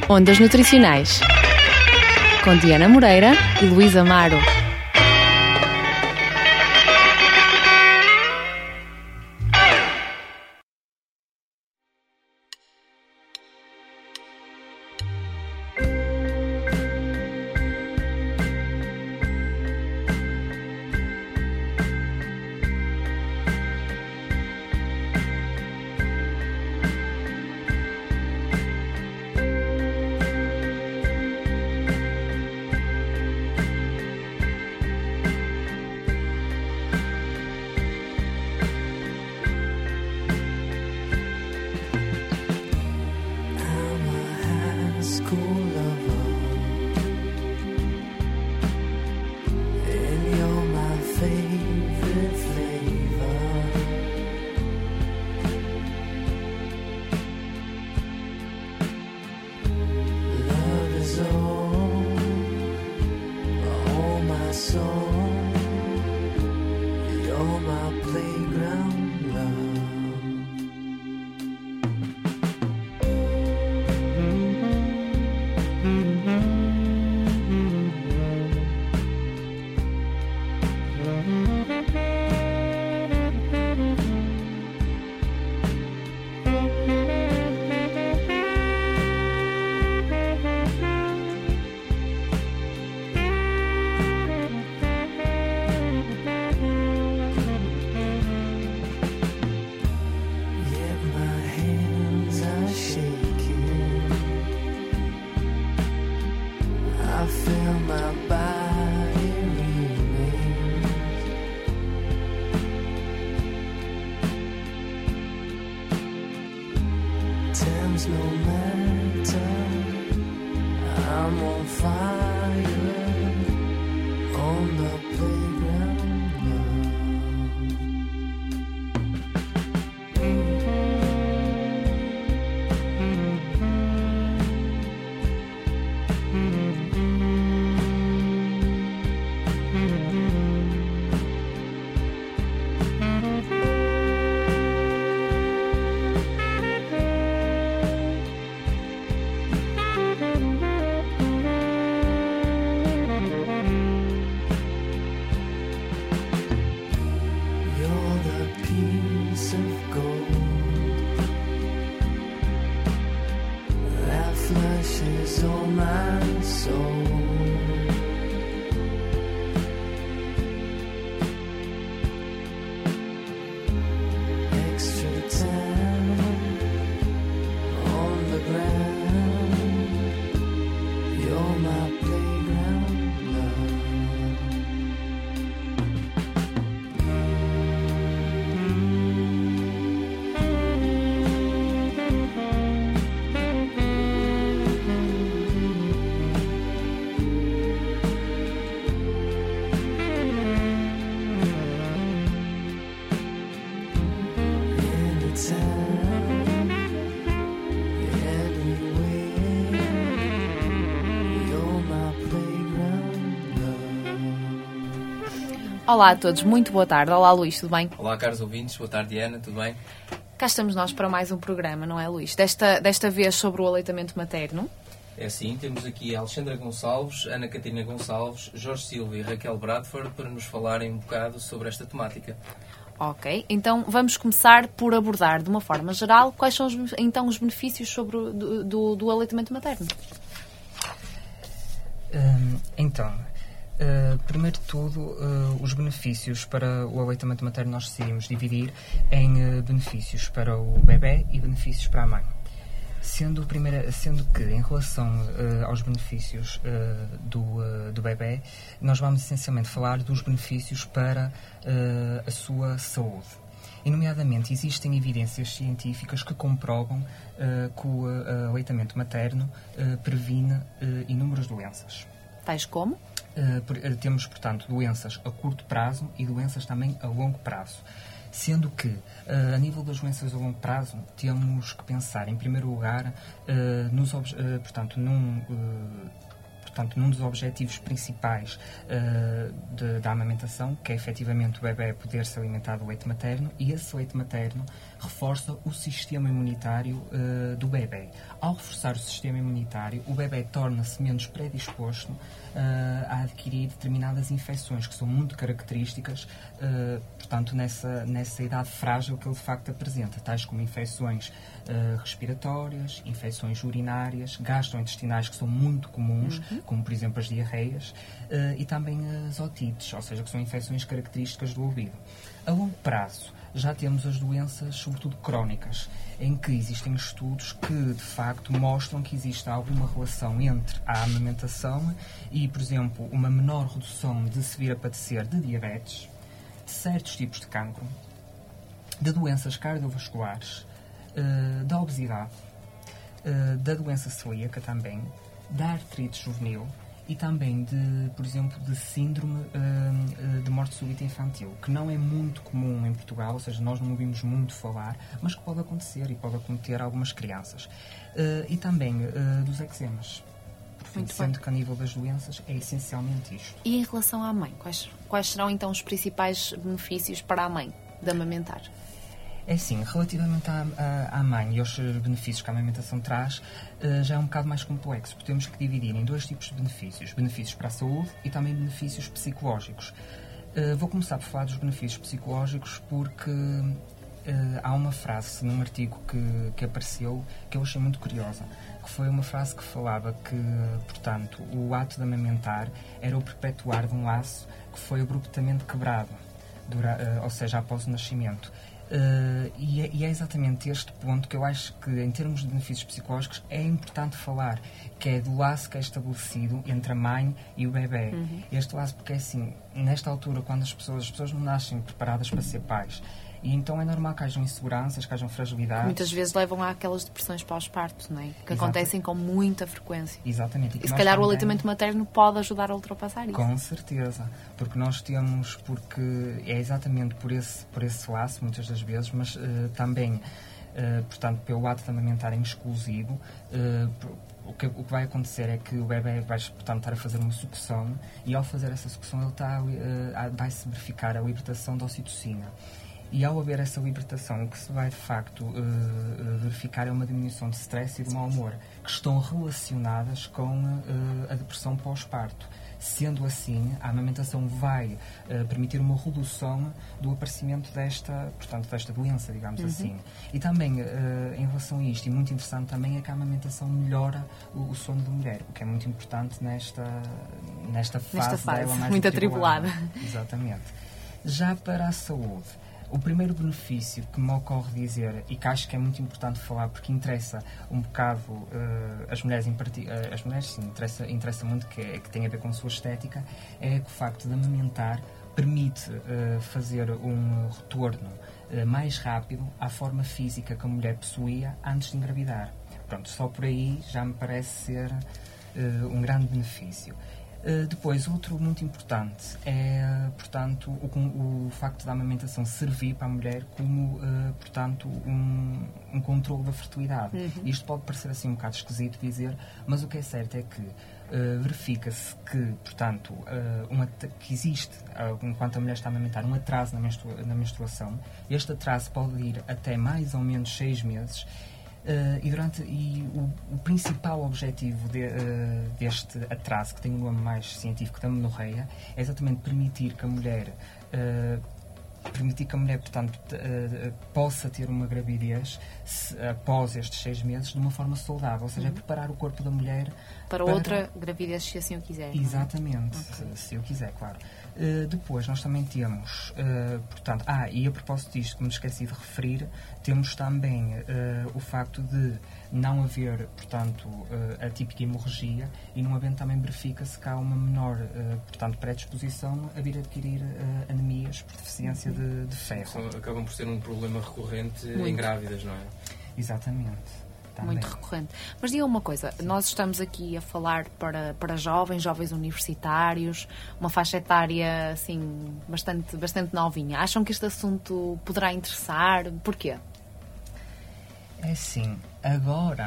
Ondas Nutricionais com Diana Moreira e Luís Amaro. Olá a todos, muito boa tarde. Olá Luís, tudo bem? Olá caros ouvintes, boa tarde Diana, tudo bem? Cá estamos nós para mais um programa, não é Luís? Desta vez sobre o aleitamento materno. É sim, temos aqui a Alexandra Gonçalves, Ana Catarina Gonçalves, Jorge Silva e Raquel Bradford para nos falarem um bocado sobre esta temática. Ok, então vamos começar por abordar de uma forma geral quais são então os benefícios sobre do aleitamento materno. Primeiro de tudo, os benefícios para o aleitamento materno nós decidimos dividir em benefícios para o bebê e benefícios para a mãe. Sendo que, em relação aos benefícios do bebê, nós vamos essencialmente falar dos benefícios para a sua saúde. E, nomeadamente, existem evidências científicas que comprovam que o aleitamento materno previne inúmeras doenças. Tais como? Temos, portanto, doenças a curto prazo e doenças também a longo prazo. Sendo que, a nível das doenças a longo prazo, temos que pensar, em primeiro lugar, portanto, num dos objetivos principais da amamentação, que é efetivamente o bebê poder se alimentar do leite materno, e esse leite materno reforça o sistema imunitário do bebê. Ao reforçar o sistema imunitário, o bebê torna-se menos predisposto a adquirir determinadas infecções que são muito características, portanto, nessa idade frágil que ele de facto apresenta, tais como infecções respiratórias, infecções urinárias, gastrointestinais, que são muito comuns, como por exemplo as diarreias, e também as otites, ou seja, que são infecções características do ouvido. A longo prazo, já temos as doenças, sobretudo crónicas, em que existem estudos que, de facto, mostram que existe alguma relação entre a amamentação e, por exemplo, uma menor redução de se vir a padecer de diabetes, de certos tipos de cancro, de doenças cardiovasculares, da obesidade, da doença celíaca também, da artrite juvenil e também, por exemplo, de síndrome de morte súbita infantil, que não é muito comum em Portugal, ou seja, nós não ouvimos muito falar, mas que pode acontecer e pode acometer algumas crianças. E também dos eczemas. Sendo que a nível das doenças é essencialmente isto. E em relação à mãe, quais serão então os principais benefícios para a mãe de amamentar? É assim, relativamente à mãe e aos benefícios que a amamentação traz, já é um bocado mais complexo, porque temos que dividir em dois tipos de benefícios. Benefícios para a saúde e também benefícios psicológicos. Vou começar por falar dos benefícios psicológicos porque há uma frase num artigo que apareceu que eu achei muito curiosa, que foi uma frase que falava que, portanto, o ato de amamentar era o perpetuar de um laço que foi abruptamente quebrado, ou seja, após o nascimento. E é exatamente este ponto que eu acho que, em termos de benefícios psicológicos, é importante falar, que é do laço que é estabelecido entre a mãe e o bebê. Este laço, porque assim, nesta altura, quando as pessoas não nascem preparadas para ser pais, e então é normal que hajam inseguranças, que hajam fragilidades. Muitas vezes levam àquelas depressões pós-parto, não é? Que acontecem com muita frequência. Exatamente. E se calhar o aleitamento materno pode ajudar a ultrapassar isso. Com certeza. Porque é exatamente por esse laço, muitas das vezes, mas também, portanto, pelo ato de amamentar em exclusivo, o que vai acontecer é que o bebê vai, portanto, estar a fazer uma sucção, e ao fazer essa sucção ele vai-se verificar a libertação da ocitocina. E ao haver essa libertação, o que se vai de facto verificar é uma diminuição de stress e de mau humor, que estão relacionadas com a depressão pós-parto. Sendo assim, a amamentação vai permitir uma redução do aparecimento desta doença, digamos assim. E também, em relação a isto, e muito interessante também, é que a amamentação melhora o sono da mulher, o que é muito importante nesta fase dela mais muito atribulada. Exatamente. Já para a saúde, o primeiro benefício que me ocorre dizer, e que acho que é muito importante falar, porque interessa um bocado as mulheres em particular, as mulheres sim, interessa muito, que tem a ver com a sua estética, é que o facto de amamentar permite fazer um retorno mais rápido à forma física que a mulher possuía antes de engravidar. Pronto, só por aí já me parece ser um grande benefício. Depois, outro muito importante é, portanto, o facto da amamentação servir para a mulher como, portanto, um controle da fertilidade. Isto pode parecer assim um bocado esquisito dizer, mas o que é certo é que verifica-se que, portanto, que existe, enquanto a mulher está a amamentar, um atraso na menstruação. Este atraso pode ir até mais ou menos 6 meses. O principal objetivo deste atraso, que tem um nome mais científico, da menorreia, é exatamente permitir que a mulher, portanto, possa ter uma gravidez após estes 6 meses de uma forma saudável, ou seja, é preparar o corpo da mulher para outra gravidez, se assim o quiser. Exatamente, se eu quiser, claro. Depois nós também temos, portanto, e a propósito disto, que me esqueci de referir, temos também o facto de não haver, portanto, a típica hemorragia, e não havendo também, verifica-se que há uma menor, portanto, predisposição a vir adquirir anemias por deficiência de ferro. Acabam por ser um problema recorrente muito. Em grávidas, não é? Exatamente. Também. Muito recorrente. Mas diga uma coisa, nós estamos aqui a falar para jovens universitários, uma faixa etária assim, bastante novinha. Acham que este assunto poderá interessar? Porquê? É assim, agora,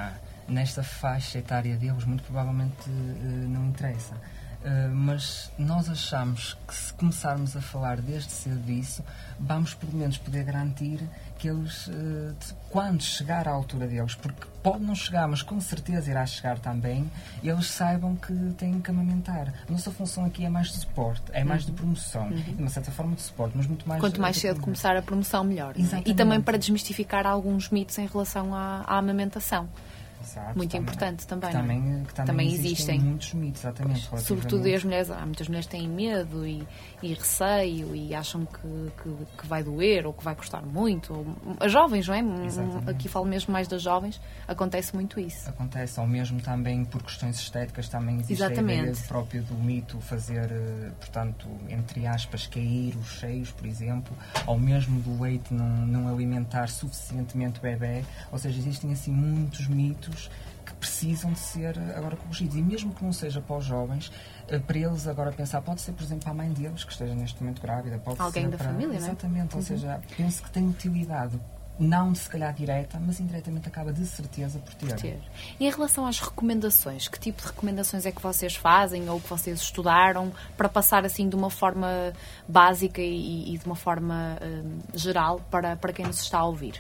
nesta faixa etária deles, muito provavelmente não interessa. Mas nós achamos que se começarmos a falar desde cedo disso, vamos pelo menos poder garantir que eles, quando chegar à altura deles, porque pode não chegar, mas com certeza irá chegar também, eles saibam que têm que amamentar. A nossa função aqui é mais de suporte, é mais de promoção, de uma certa forma de suporte, mas muito mais... Quanto mais cedo começar a promoção, melhor. E também para desmistificar alguns mitos em relação à amamentação. Exato, muito importante também, que também existem muitos mitos, exatamente. Sobretudo as mulheres, há muitas mulheres que têm medo e receio e acham que vai doer ou que vai custar muito. Ou, as jovens, não é? Exatamente. Aqui falo mesmo mais das jovens, acontece muito isso. Acontece, ou mesmo também por questões estéticas, também existe a ideia própria do mito fazer, portanto, entre aspas, cair os seios, por exemplo, ou mesmo do leite não alimentar suficientemente o bebê. Ou seja, existem assim muitos mitos que precisam de ser agora corrigidos. E mesmo que não seja para os jovens, para eles agora pensar, pode ser, por exemplo, para a mãe deles, que esteja neste momento grávida. Pode alguém ser da para... família, exatamente, não é? Ou seja, penso que tem utilidade. Não, se calhar, direta, mas indiretamente acaba de certeza por ter. E em relação às recomendações, que tipo de recomendações é que vocês fazem ou que vocês estudaram para passar assim de uma forma básica e de uma forma geral para quem nos está a ouvir?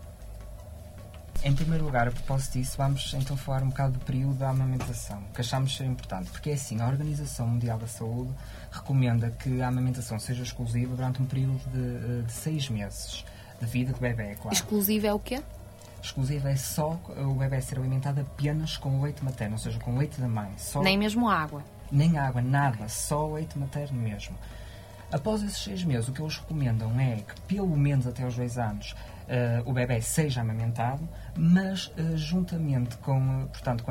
Em primeiro lugar, a propósito disso, vamos então falar um bocado do período da amamentação, que achamos ser importante, porque é assim, a Organização Mundial da Saúde recomenda que a amamentação seja exclusiva durante um período de 6 meses de vida do bebê, claro. Exclusivo é o quê? Exclusivo é só o bebê ser alimentado apenas com o leite materno, ou seja, com o leite da mãe. Só, nem mesmo água? Nem água, nada, só o leite materno mesmo. Após esses 6 meses, o que eles recomendam é que, pelo menos até aos 2 anos, o bebê seja amamentado, mas juntamente com, portanto,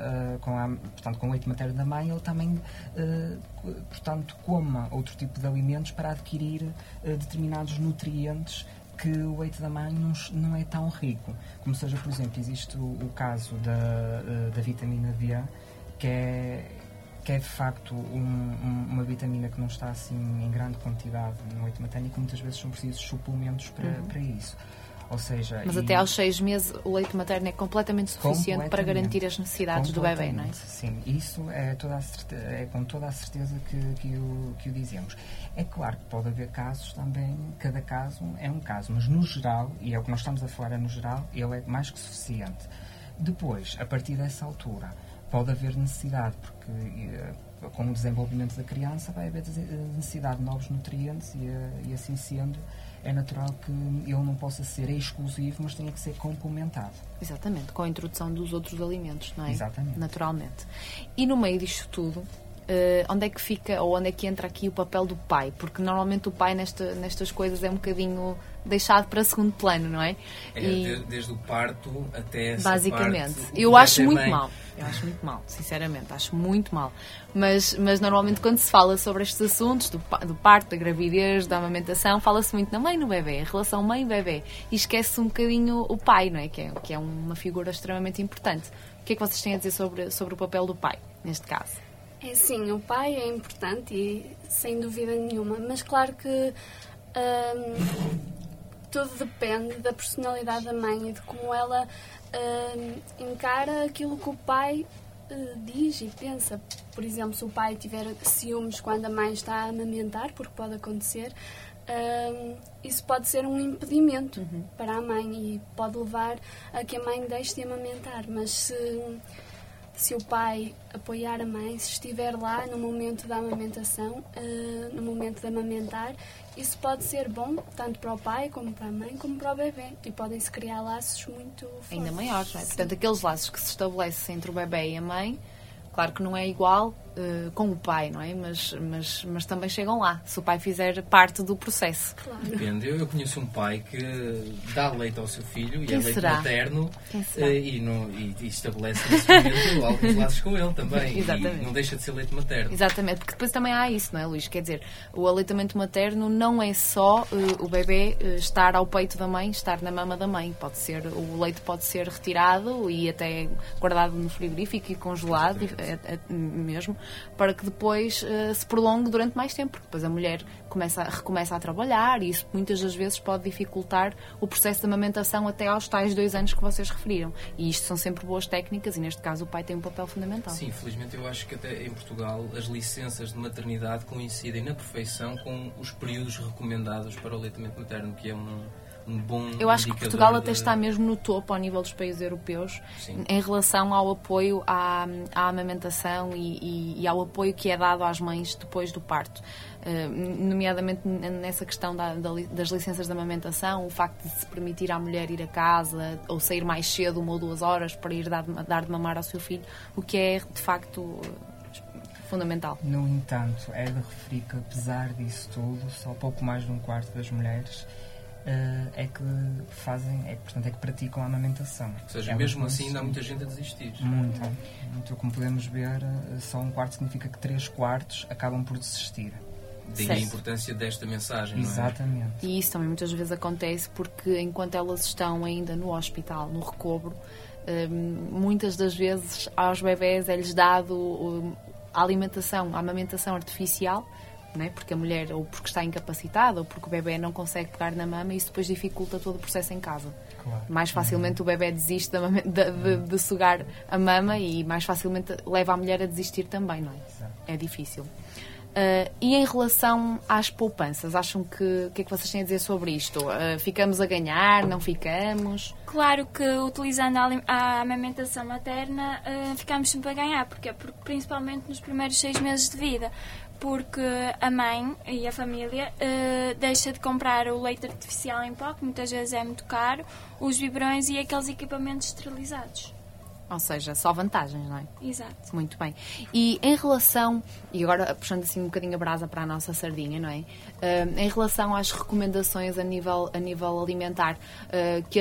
com o leite materno da mãe, ele também, portanto, coma outro tipo de alimentos para adquirir determinados nutrientes que o leite da mãe não é tão rico. Como seja, por exemplo, existe o caso da vitamina D, que é de facto uma vitamina que não está assim em grande quantidade no leite materno e que muitas vezes são precisos suplementos para isso. Ou seja, mas até aos 6 meses o leite materno é completamente suficiente para garantir as necessidades do bebê, não é? Sim, isso é com toda a certeza que o dizemos. É claro que pode haver casos também, cada caso é um caso, mas no geral, e é o que nós estamos a falar, no geral, ele é mais que suficiente. Depois, a partir dessa altura, pode haver necessidade, porque com o desenvolvimento da criança vai haver necessidade de novos nutrientes e assim sendo, é natural que ele não possa ser exclusivo, mas tenha que ser complementado. Exatamente, com a introdução dos outros alimentos, não é? Exatamente. Naturalmente. E no meio disto tudo, onde é que fica, ou onde é que entra aqui o papel do pai? Porque normalmente o pai nestas coisas é um bocadinho deixado para segundo plano, não é? Desde o parto até essa basicamente. Parte, eu acho muito mal. Eu acho muito mal, sinceramente, acho muito mal. Mas normalmente quando se fala sobre estes assuntos, do parto, da gravidez, da amamentação, fala-se muito na mãe e no bebê, a relação mãe-bebê, e esquece um bocadinho o pai, não é? Que é uma figura extremamente importante. O que é que vocês têm a dizer sobre o papel do pai, neste caso? É sim, o pai é importante e sem dúvida nenhuma, mas claro que tudo depende da personalidade da mãe e de como ela encara aquilo que o pai diz e pensa. Por exemplo, se o pai tiver ciúmes quando a mãe está a amamentar, porque pode acontecer, isso pode ser um impedimento para a mãe e pode levar a que a mãe deixe de amamentar. Mas se o pai apoiar a mãe, se estiver lá no momento da amamentação, no momento de amamentar, isso pode ser bom, tanto para o pai, como para a mãe, como para o bebê. E podem-se criar laços muito fortes. Ainda maiores, não é? Portanto, aqueles laços que se estabelecem entre o bebê e a mãe, claro que não é igual com o pai, não é? Mas também chegam lá, se o pai fizer parte do processo. Claro. Depende. Eu conheço um pai que dá leite ao seu filho, Quem e é leite será? materno, Quem será? e estabelece nesse momento alguns laços com ele também. Exatamente. E não deixa de ser leite materno. Exatamente, porque depois também há isso, não é, Luís? Quer dizer, o aleitamento materno não é só o bebê estar ao peito da mãe, estar na mama da mãe. O leite pode ser retirado e até guardado no frigorífico e congelado mesmo. para que depois se prolongue durante mais tempo, porque depois a mulher recomeça a trabalhar e isso muitas das vezes pode dificultar o processo de amamentação até aos tais 2 anos que vocês referiram. E isto são sempre boas técnicas e neste caso o pai tem um papel fundamental. Sim, felizmente eu acho que até em Portugal as licenças de maternidade coincidem na perfeição com os períodos recomendados para o aleitamento materno, que é um bom Eu acho que Portugal até está mesmo no topo ao nível dos países europeus. Sim. Em relação ao apoio à amamentação e ao apoio que é dado às mães depois do parto. Nomeadamente nessa questão das licenças de amamentação, o facto de se permitir à mulher ir a casa ou sair mais cedo 1 ou 2 horas para ir dar de mamar ao seu filho, o que é de facto fundamental. No entanto, é de referir que apesar disso tudo, só pouco mais de 1/4 das mulheres é que praticam a amamentação. Ou seja, mesmo assim ainda há muita gente a desistir. Muito. Como podemos ver, só 1/4 significa que 3/4 acabam por desistir. Daí a importância desta mensagem, não é? Exatamente. E isso também muitas vezes acontece porque enquanto elas estão ainda no hospital, no recobro, muitas das vezes aos bebés é-lhes dado a amamentação artificial, não é? Porque a mulher ou porque está incapacitada ou porque o bebê não consegue pegar na mama e isso depois dificulta todo o processo em casa. Claro. Mais facilmente o bebê desiste de sugar a mama e mais facilmente leva a mulher a desistir também, não é? Exato. É difícil. E em relação às poupanças, acham que o que é que vocês têm a dizer sobre isto? Ficamos a ganhar, não ficamos? Claro que utilizando a amamentação materna ficamos sempre a ganhar. Porquê? Porque principalmente nos primeiros 6 meses de vida. Porque a mãe e a família deixa de comprar o leite artificial em pó, que muitas vezes é muito caro, os biberões e aqueles equipamentos esterilizados. Ou seja, só vantagens, não é? Exato. Muito bem. E em relação, e agora puxando assim um bocadinho a brasa para a nossa sardinha, não é? Em relação às recomendações a nível alimentar que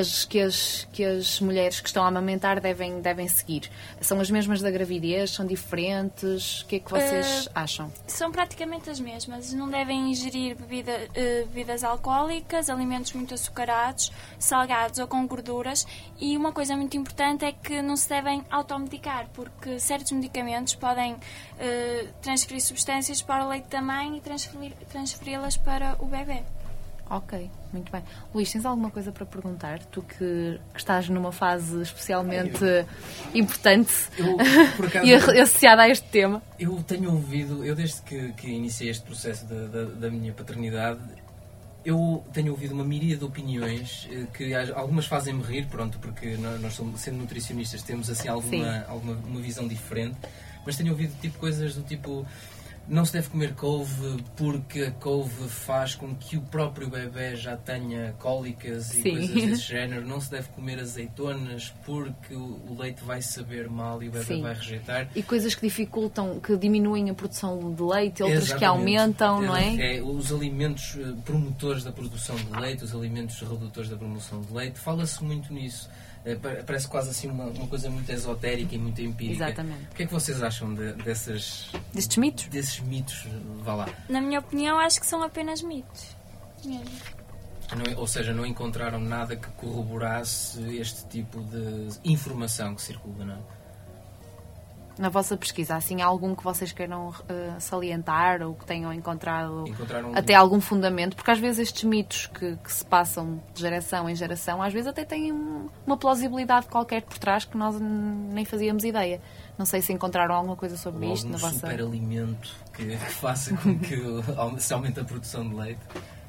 as mulheres que estão a amamentar devem seguir, são as mesmas da gravidez? São diferentes? O que é que vocês acham? São praticamente as mesmas. Não devem ingerir bebidas alcoólicas, alimentos muito açucarados, salgados ou com gorduras. E uma coisa muito importante é que não se devem automedicar, porque certos medicamentos podem transferir substâncias para o leite da mãe e transferi-las para o bebê. Ok, muito bem. Luís, tens alguma coisa para perguntar? Tu que estás numa fase especialmente importante por acaso, e associada a este tema. Eu tenho ouvido, desde que iniciei este processo da minha paternidade, eu tenho ouvido uma miríade de opiniões que algumas fazem-me rir, pronto, porque nós sendo nutricionistas temos assim uma visão diferente, mas tenho ouvido coisas do tipo: não se deve comer couve porque a couve faz com que o próprio bebê já tenha cólicas e coisas desse género. Não se deve comer azeitonas porque o leite vai saber mal e o bebê vai rejeitar. E coisas que dificultam, que diminuem a produção de leite, outras que aumentam, não é? Os alimentos promotores da produção de leite, os alimentos redutores da promoção de leite, fala-se muito nisso. Parece quase assim uma coisa muito esotérica e muito empírica. Exatamente. O que é que vocês acham destes mitos? Desses mitos, vá lá. Na minha opinião, acho que são apenas mitos. Mesmo. Ou seja, não encontraram nada que corroborasse este tipo de informação que circula, não é? Na vossa pesquisa, assim, há algum que vocês queiram salientar ou que tenham encontrado até algum fundamento? Porque às vezes estes mitos que se passam de geração em geração, às vezes até têm uma plausibilidade qualquer por trás que nós nem fazíamos ideia. Não sei se encontraram alguma coisa sobre isto na vossa... superalimento que faça com que se aumente a produção de leite?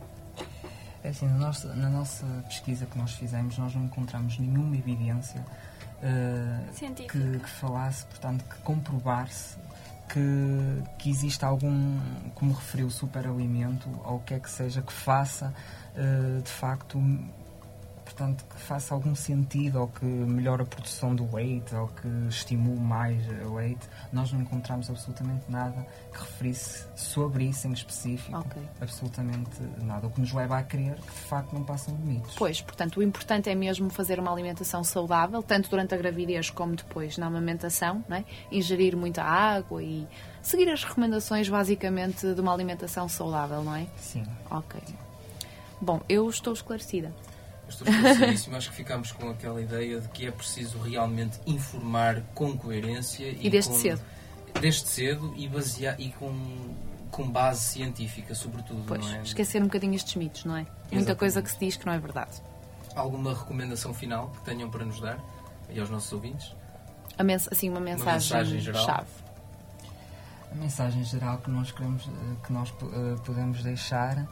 É assim, na nossa pesquisa que nós fizemos, nós não encontramos nenhuma evidência que falasse, portanto, que comprovar-se que existe algum, como referiu, superalimento ou o que é que seja que faça de facto, portanto, que faça algum sentido ou que melhore a produção do leite ou que estimule mais o leite. Nós não encontramos absolutamente nada que referisse sobre isso em específico. Okay. Absolutamente nada. O que nos leva a crer que de facto não passam de mitos. Pois, portanto, o importante é mesmo fazer uma alimentação saudável, tanto durante a gravidez como depois na amamentação, não é? Ingerir muita água e seguir as recomendações basicamente de uma alimentação saudável, não é? Sim. Ok. Bom, eu estou esclarecida. Estou esclarecidíssimo. Acho que ficámos com aquela ideia de que é preciso realmente informar com coerência e desde cedo. desde cedo e com base científica, sobretudo. Pois, não é? esquecer um bocadinho estes mitos, não é? Muita coisa que se diz que não é verdade. Alguma recomendação final que tenham para nos dar e aos nossos ouvintes? Assim, uma mensagem geral. chave. A mensagem geral que nós queremos, que nós podemos deixar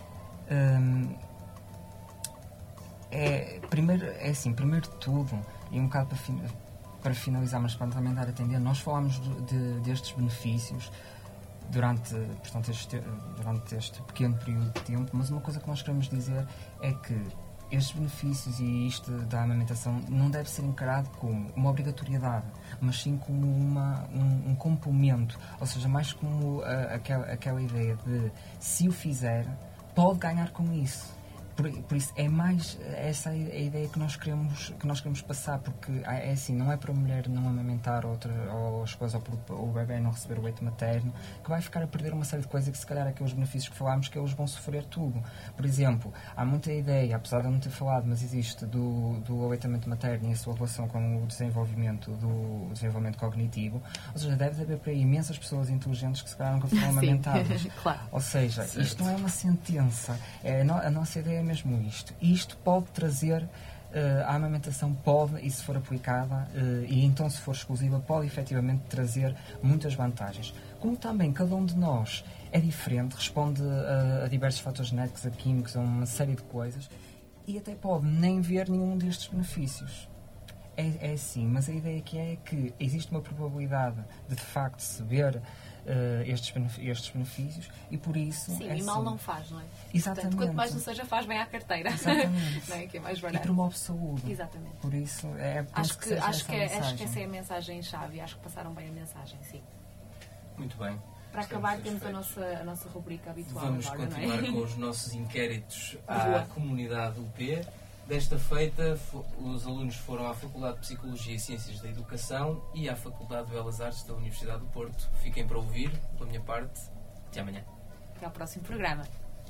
primeiro de tudo, e um bocado para finalizar, mas para também dar a entender, nós falámos destes benefícios durante este pequeno período de tempo, mas uma coisa que nós queremos dizer é que estes benefícios e isto da amamentação não deve ser encarado como uma obrigatoriedade, mas sim como um complemento, ou seja, mais como aquela ideia de, se o fizer, pode ganhar com isso. Por isso é mais essa a ideia que nós queremos passar, porque é assim, não é para a mulher não amamentar ou a esposa ou para o bebê não receber o leite materno que vai ficar a perder uma série de coisas que se calhar aqueles benefícios que falámos que eles vão sofrer tudo. Por exemplo, há muita ideia, apesar de eu não ter falado, mas existe do aleitamento materno e a sua relação com o desenvolvimento cognitivo, ou seja, deve haver para aí imensas pessoas inteligentes que se calhar nunca foram amamentadas. Claro. Ou seja, isto não é uma sentença, a nossa ideia é mesmo isto. Isto pode trazer, a amamentação pode, e se for aplicada, e então se for exclusiva, pode efetivamente trazer muitas vantagens. Como também cada um de nós é diferente, responde a diversos fatores genéticos, a químicos, a uma série de coisas, e até pode nem ver nenhum destes benefícios. É assim, mas a ideia que é que existe uma probabilidade de facto se ver estes benefícios, e por isso... Sim, e mal não faz, não é? Exatamente. Portanto, quanto mais não seja, faz bem à carteira. Exatamente. Não é? Que é mais barato. E promove saúde. Exatamente. Por isso, acho que essa é a mensagem-chave, e acho que passaram bem a mensagem, sim. Muito bem. Para acabar, temos a nossa rubrica habitual. Vamos agora, continuar não é? com os nossos inquéritos à comunidade UP. Desta feita, os alunos foram à Faculdade de Psicologia e Ciências da Educação e à Faculdade de Belas Artes da Universidade do Porto. Fiquem para ouvir. Pela minha parte, até amanhã. Até ao próximo programa.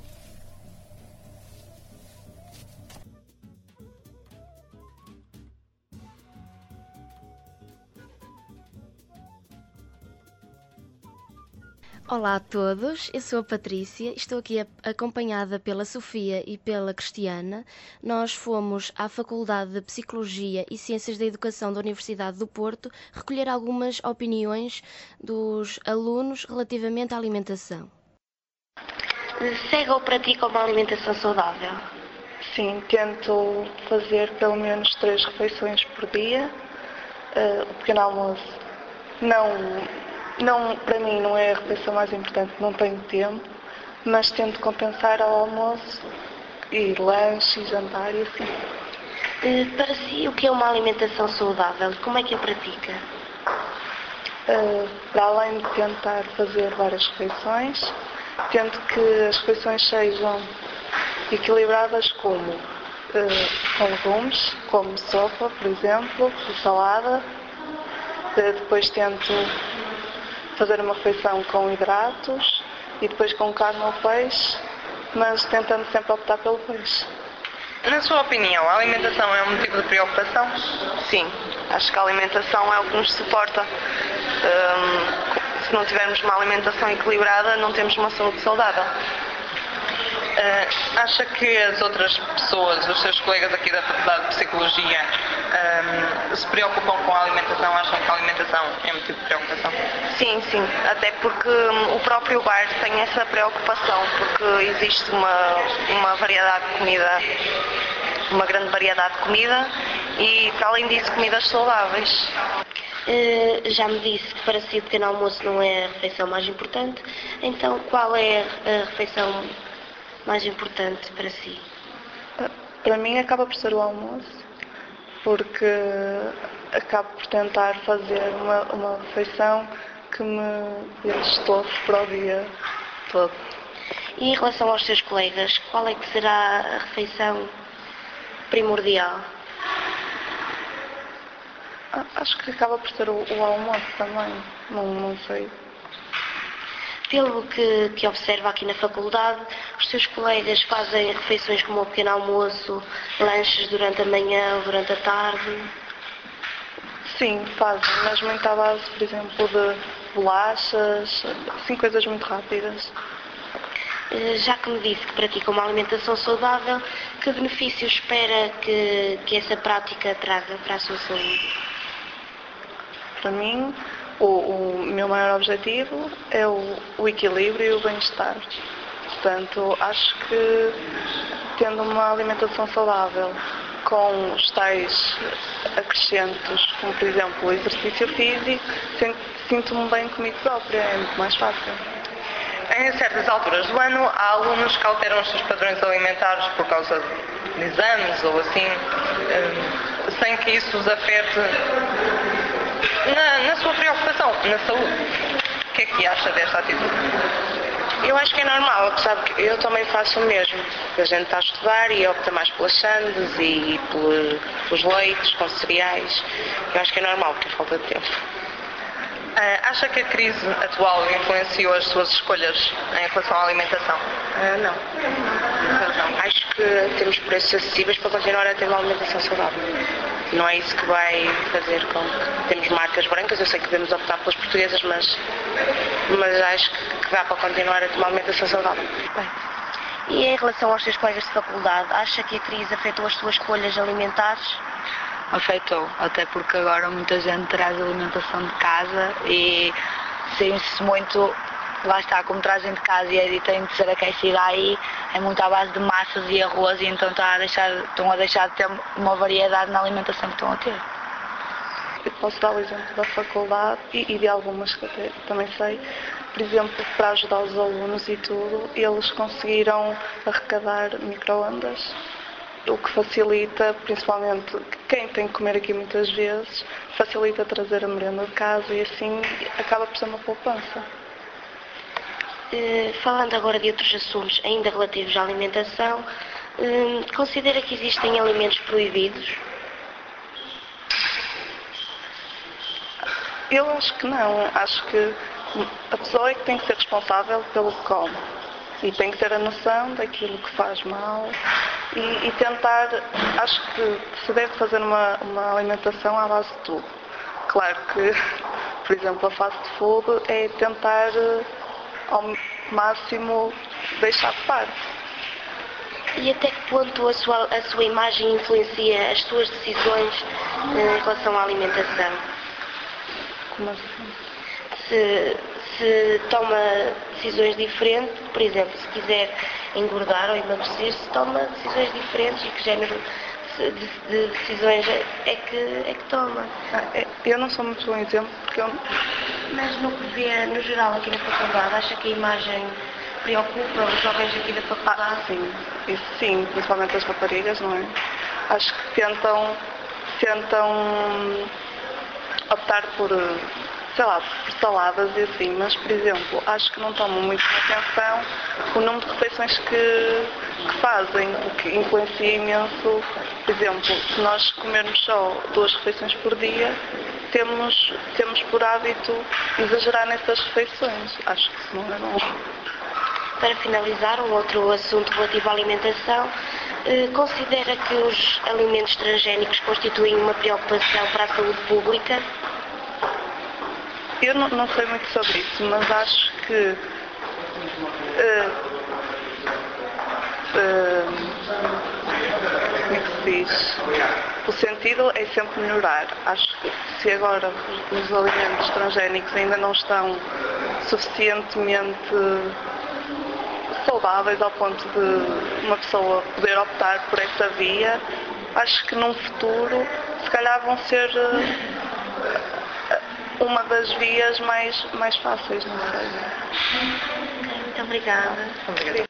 Olá a todos, eu sou a Patrícia, estou aqui acompanhada pela Sofia e pela Cristiana. Nós fomos à Faculdade de Psicologia e Ciências da Educação da Universidade do Porto recolher algumas opiniões dos alunos relativamente à alimentação. Segue ou pratica uma alimentação saudável? Sim, tento fazer pelo menos 3 refeições por dia. O pequeno almoço não, para mim não é a refeição mais importante, não tenho tempo, mas tento compensar ao almoço e lanche e jantar e assim. Para si, o que é uma alimentação saudável? Como é que a pratica? Para além de tentar fazer várias refeições, tento que as refeições sejam equilibradas com legumes, como sopa, por exemplo, e salada. Depois tento fazer uma refeição com hidratos e depois com carne ou peixe, mas tentando sempre optar pelo peixe. Na sua opinião, a alimentação é um motivo de preocupação? Sim, acho que a alimentação é o que nos suporta. Se não tivermos uma alimentação equilibrada, não temos uma saúde saudável. Acha que as outras pessoas, os seus colegas aqui da Faculdade de Psicologia, se preocupam com a alimentação? Acham que a alimentação é motivo de preocupação? Sim, até porque o próprio bar tem essa preocupação, porque existe uma variedade de comida, uma grande variedade de comida e, para além disso, comidas saudáveis. Já me disse que para si o pequeno almoço não é a refeição mais importante, então qual é a refeição mais importante para si? Para mim acaba por ser o almoço, porque acabo por tentar fazer uma refeição que me dê estofo para o dia todo. E em relação aos seus colegas, qual é que será a refeição primordial? Acho que acaba por ser o almoço também, não sei. Pelo que observa aqui na faculdade, os seus colegas fazem refeições como o pequeno almoço, lanches durante a manhã ou durante a tarde? Sim, fazem, mas muito à base, por exemplo, bolachas, assim, coisas muito rápidas. Já que me disse que pratica uma alimentação saudável, que benefícios espera que essa prática traga para a sua saúde? Para mim, o meu maior objetivo é o equilíbrio e o bem-estar. Portanto, acho que tendo uma alimentação saudável com os tais acrescentos, como por exemplo o exercício físico, sinto-me bem comigo própria, é muito mais fácil. Em certas alturas do ano, há alunos que alteram os seus padrões alimentares por causa de exames ou assim, sem que isso os afete na sua preocupação, na saúde. O que é que acha desta atitude? Eu acho que é normal, sabe que eu também faço o mesmo. A gente está a estudar e opta mais pelas sandes e pelos leites com cereais. Eu acho que é normal, porque é falta de tempo. Acha que a crise atual influenciou as suas escolhas em relação à alimentação? Não. Acho que temos preços acessíveis para continuar a ter uma alimentação saudável. Não é isso que vai fazer com que temos marcas brancas. Eu sei que devemos optar pelas portuguesas, mas acho que dá para continuar a ter uma alimentação saudável. Bem, e em relação aos seus colegas de faculdade, acha que a crise afetou as suas escolhas alimentares? Afetou, até porque agora muita gente traz alimentação de casa e tem-se muito, lá está, como trazem de casa e tem de ser aquecida aí, é muito à base de massas e arroz e então estão a deixar de ter uma variedade na alimentação que estão a ter. Eu posso dar o exemplo da faculdade e de algumas que eu também sei. Por exemplo, para ajudar os alunos e tudo, eles conseguiram arrecadar micro-ondas, o que facilita, principalmente quem tem que comer aqui muitas vezes, facilita trazer a merenda de casa e assim acaba por ser uma poupança. Falando agora de outros assuntos ainda relativos à alimentação, considera que existem alimentos proibidos? Eu acho que não. Acho que a pessoa é que tem que ser responsável pelo que come. E tem que ter a noção daquilo que faz mal e tentar, acho que se deve fazer uma alimentação à base de tudo. Claro que, por exemplo, a fast food é tentar ao máximo deixar de parte. E até que ponto a sua imagem influencia as suas decisões em relação à alimentação? Como assim? Se toma decisões diferentes, por exemplo, se quiser engordar ou emagrecer, se toma decisões diferentes e que género de decisões é que toma? Eu não sou muito bom exemplo porque eu... Mas no que vê, no geral, aqui na faculdade, acha que a imagem preocupa os jovens aqui da faculdade? Sim, isso sim, principalmente as raparigas, não é? Acho que tentam optar por, sei lá, por saladas e assim, mas, por exemplo, acho que não tomam muito atenção o número de refeições que fazem, o que influencia imenso. Por exemplo, se nós comermos só 2 refeições por dia, temos por hábito exagerar nessas refeições. Acho que isso não é bom. Para finalizar, um outro assunto relativo à alimentação, considera que os alimentos transgénicos constituem uma preocupação para a saúde pública? Eu não sei muito sobre isso, mas acho que como é que se diz? O sentido é sempre melhorar. Acho que se agora os alimentos transgénicos ainda não estão suficientemente saudáveis ao ponto de uma pessoa poder optar por essa via, acho que num futuro se calhar vão ser uma das vias mais fáceis, não sei. Muito obrigada. Obrigada.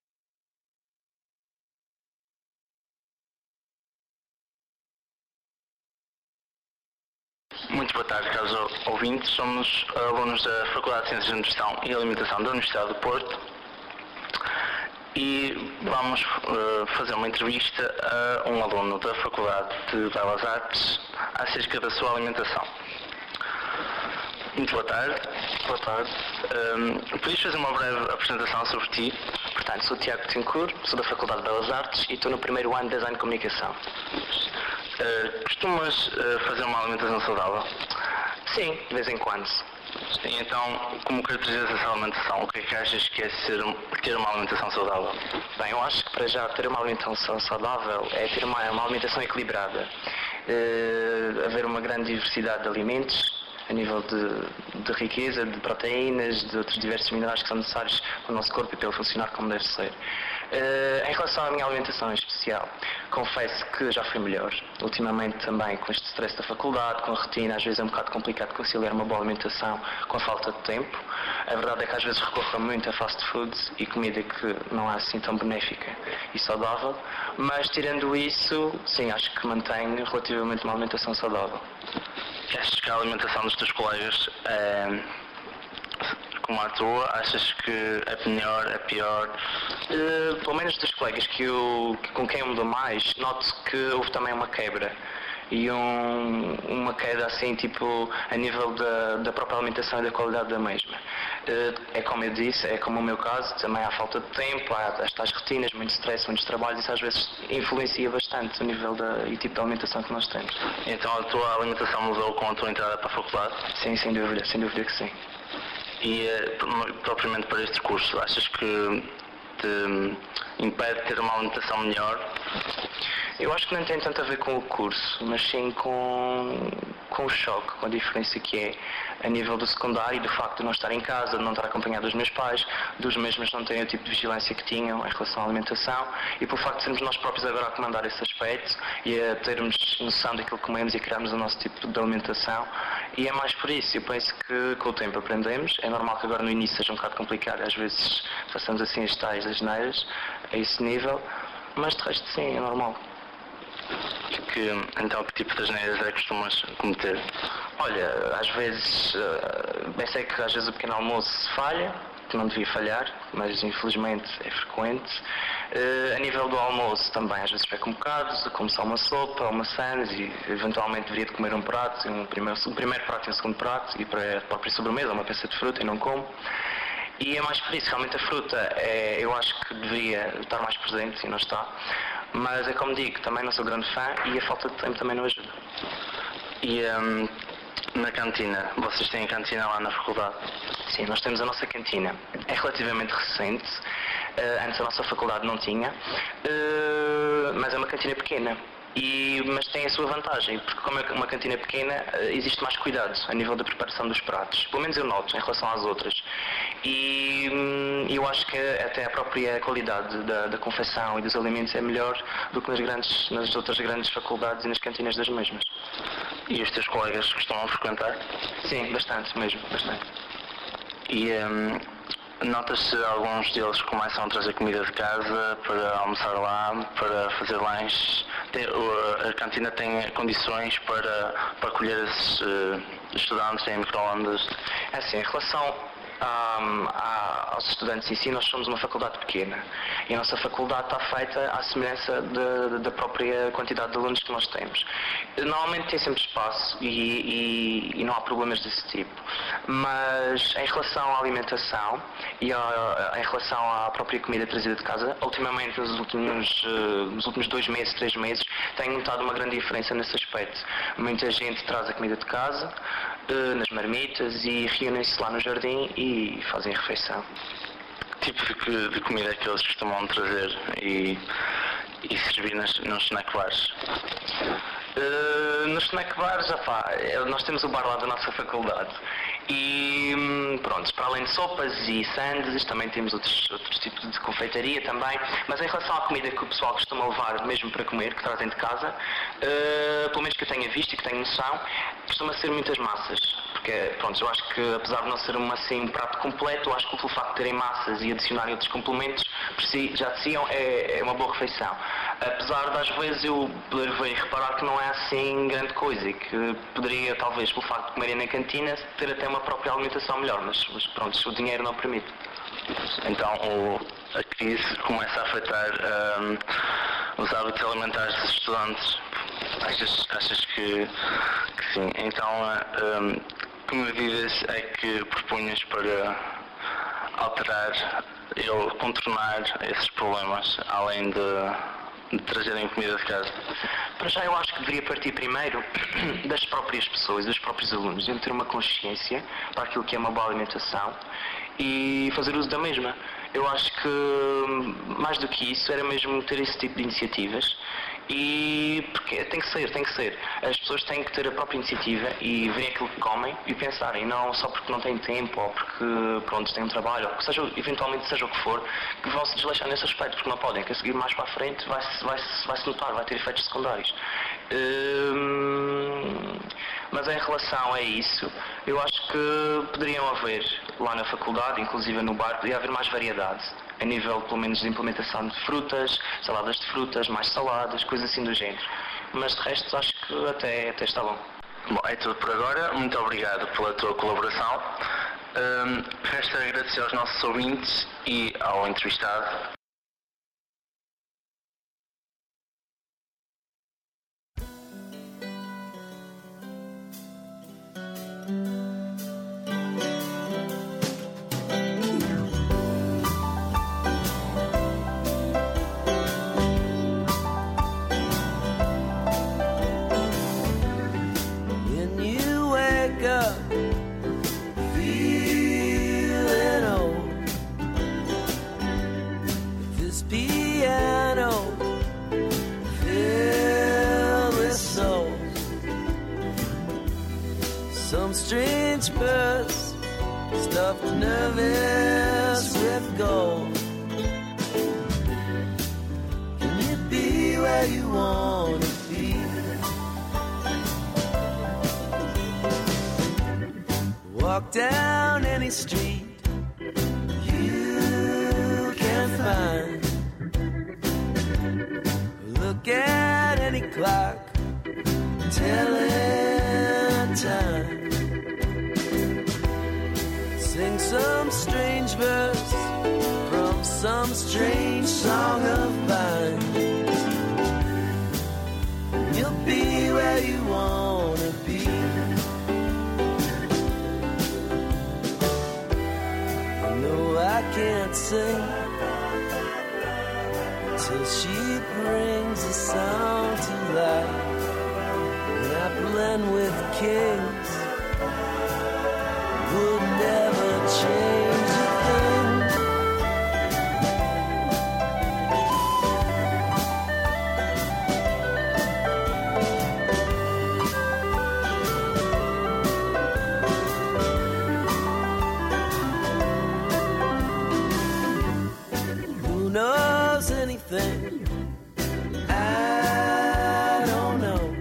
Muito boa tarde, caros ouvintes. Somos alunos da Faculdade de Ciências de Nutrição e Alimentação da Universidade do Porto e vamos fazer uma entrevista a um aluno da Faculdade de Belas Artes acerca da sua alimentação. Muito boa tarde. Boa tarde. Podias fazer uma breve apresentação sobre ti? Portanto, sou o Tiago Betancourt, sou da Faculdade de Belas Artes e estou no primeiro ano de Design de Comunicação. Costumas fazer uma alimentação saudável? Sim, de vez em quando. Sim, então, como caracterizas essa alimentação? O que é que achas que é ter uma alimentação saudável? Bem, eu acho que para já ter uma alimentação saudável é ter uma alimentação equilibrada. Haver uma grande diversidade de alimentos, a nível de riqueza, de proteínas, de outros diversos minerais que são necessários para o nosso corpo e para ele funcionar como deve ser. Em relação à minha alimentação em especial, confesso que já fui melhor. Ultimamente também com este stress da faculdade, com a rotina, às vezes é um bocado complicado conciliar uma boa alimentação com a falta de tempo. A verdade é que às vezes recorro muito a fast foods e comida que não é assim tão benéfica e saudável, mas tirando isso, sim, acho que mantenho relativamente uma alimentação saudável. Achas que a alimentação dos teus colegas é como a tua? Achas que é melhor, é pior? Pelo menos dos colegas com quem eu me dou mais, noto que houve também uma quebra. E uma queda assim, tipo, a nível da própria alimentação e da qualidade da mesma. É como eu disse, é como o meu caso, também há falta de tempo, há estas rotinas, muito stress, muitos trabalhos, isso às vezes influencia bastante o nível e tipo de alimentação que nós temos. Então a tua alimentação mudou com a tua entrada para a faculdade? Sim, sem dúvida que sim. E propriamente para este curso, achas que te impede de ter uma alimentação melhor? Eu acho que não tem tanto a ver com o curso, mas sim com o choque, com a diferença que é a nível do secundário, do facto de não estar em casa, de não estar acompanhado dos meus pais, dos mesmos não terem o tipo de vigilância que tinham em relação à alimentação, e pelo facto de sermos nós próprios agora a comandar esse aspecto e a termos noção daquilo que comemos e criarmos o nosso tipo de alimentação. E é mais por isso, eu penso que com o tempo aprendemos. É normal que agora no início seja um bocado complicado, às vezes façamos assim as tais asneiras a esse nível, mas de resto sim, é normal. Então, que tipo de asneiras é que costumas cometer? Olha, às vezes, bem sei que às vezes o pequeno almoço falha, que não devia falhar, mas infelizmente é frequente. A nível do almoço também, às vezes peco um bocado, como só uma sopa, uma sandes e eventualmente deveria de comer um prato, um primeiro prato e um segundo prato, e para a própria sobremesa uma peça de fruta e não como. E é mais por isso, realmente a fruta eu acho que deveria estar mais presente e não está. Mas é como digo, também não sou grande fã e a falta de tempo também não ajuda. E na cantina, vocês têm a cantina lá na faculdade? Sim, nós temos a nossa cantina. É relativamente recente, antes a nossa faculdade não tinha, mas é uma cantina pequena. Mas tem a sua vantagem, porque como é uma cantina pequena, existe mais cuidado a nível da preparação dos pratos. Pelo menos eu noto, em relação às outras. E eu acho que até a própria qualidade da confecção e dos alimentos é melhor do que nas outras grandes faculdades e nas cantinas das mesmas. E os teus colegas costumam frequentar? Sim, bastante mesmo, bastante. E notas-se alguns deles começam a trazer comida de casa para almoçar lá, para fazer lanches? A cantina tem condições para acolher esses estudantes, tem micro-ondas? É assim, em relação aos estudantes em si, nós somos uma faculdade pequena e a nossa faculdade está feita à semelhança da própria quantidade de alunos que nós temos. Normalmente tem sempre espaço e não há problemas desse tipo, mas em relação à alimentação e em relação à própria comida trazida de casa, ultimamente nos últimos 2 meses, 3 meses, tenho notado uma grande diferença nesse aspecto. Muita gente traz a comida de casa nas marmitas e reúnem-se lá no jardim e fazem a refeição. Que tipo de comida é que eles costumam trazer e servir nos snack bars? Nos snack bars, nós temos o bar lá da nossa faculdade e pronto, para além de sopas e sandes, também temos outros tipos de confeitaria também, mas em relação à comida que o pessoal costuma levar mesmo para comer, que trazem de casa, pelo menos que eu tenha visto e que tenho noção, costuma ser muitas massas, porque pronto, eu acho que apesar de não ser um prato completo, eu acho que pelo facto de terem massas e adicionarem outros complementos, por si já diziam, é uma boa refeição. Apesar de às vezes eu poder reparar que não é assim grande coisa e que poderia talvez pelo facto de comerem na cantina ter até uma própria alimentação melhor, mas pronto, se o dinheiro não permite. Então a crise começa a afetar os hábitos alimentares dos estudantes. Achas que sim? Então que medidas é que propunhas para alterar ou contornar esses problemas, além de trazerem comida de casa? Para já eu acho que deveria partir primeiro das próprias pessoas, dos próprios alunos, de ter uma consciência para aquilo que é uma boa alimentação e fazer uso da mesma. Eu acho que mais do que isso era mesmo ter esse tipo de iniciativas e porque tem que ser. As pessoas têm que ter a própria iniciativa e verem aquilo que comem e pensarem, não só porque não têm tempo ou porque pronto, têm um trabalho, ou que seja, eventualmente seja o que for, que vão se desleixar nesse aspecto, porque não podem, que a seguir mais para a frente vai-se notar, vai ter efeitos secundários. Mas em relação a isso, eu acho que poderiam haver lá na faculdade, inclusive no bar, poderia haver mais variedade, a nível pelo menos de implementação de frutas, saladas de frutas, mais saladas, coisas assim do género. Mas de resto acho que até está bom. Bom, é tudo por agora. Muito obrigado pela tua colaboração. Resta agradecer aos nossos ouvintes e ao entrevistado. Strange birds stuffed nervous with gold. Can you be where you want to be? Walk down any street you can find. Look at any clock telling time. Sing some strange verse from some strange song of mine. You'll be where you wanna be. No, I can't sing till she brings the sound to life. And I blend with kings, would never change a thing. Who knows anything? I don't know.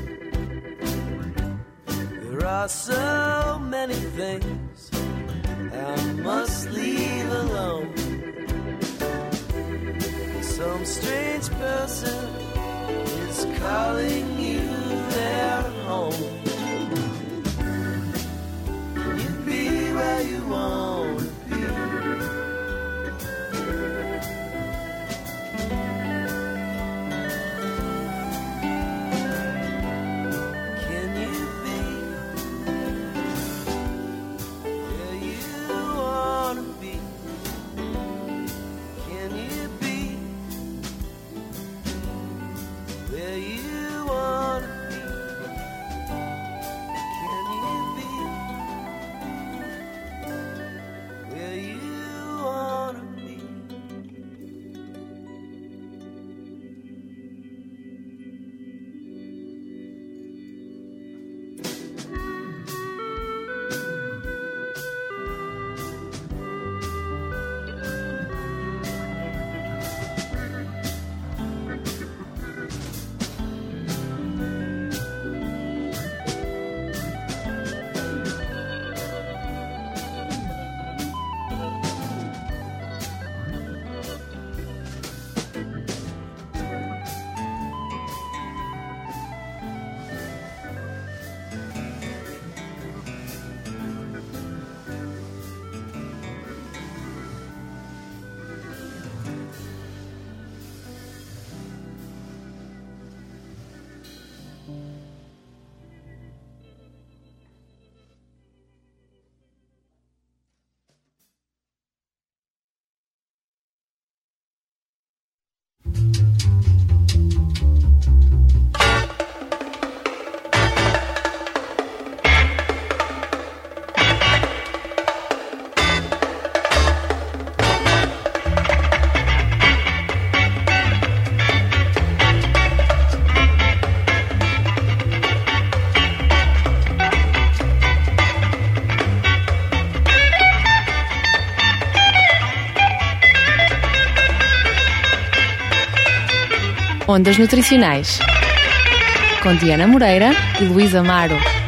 There are so many things I must leave alone. Some strange person is calling you their home. Can you be where you want to be? Can you be where you want to be? Can you be where you want Ondas Nutricionais com Diana Moreira e Luísa Amaro.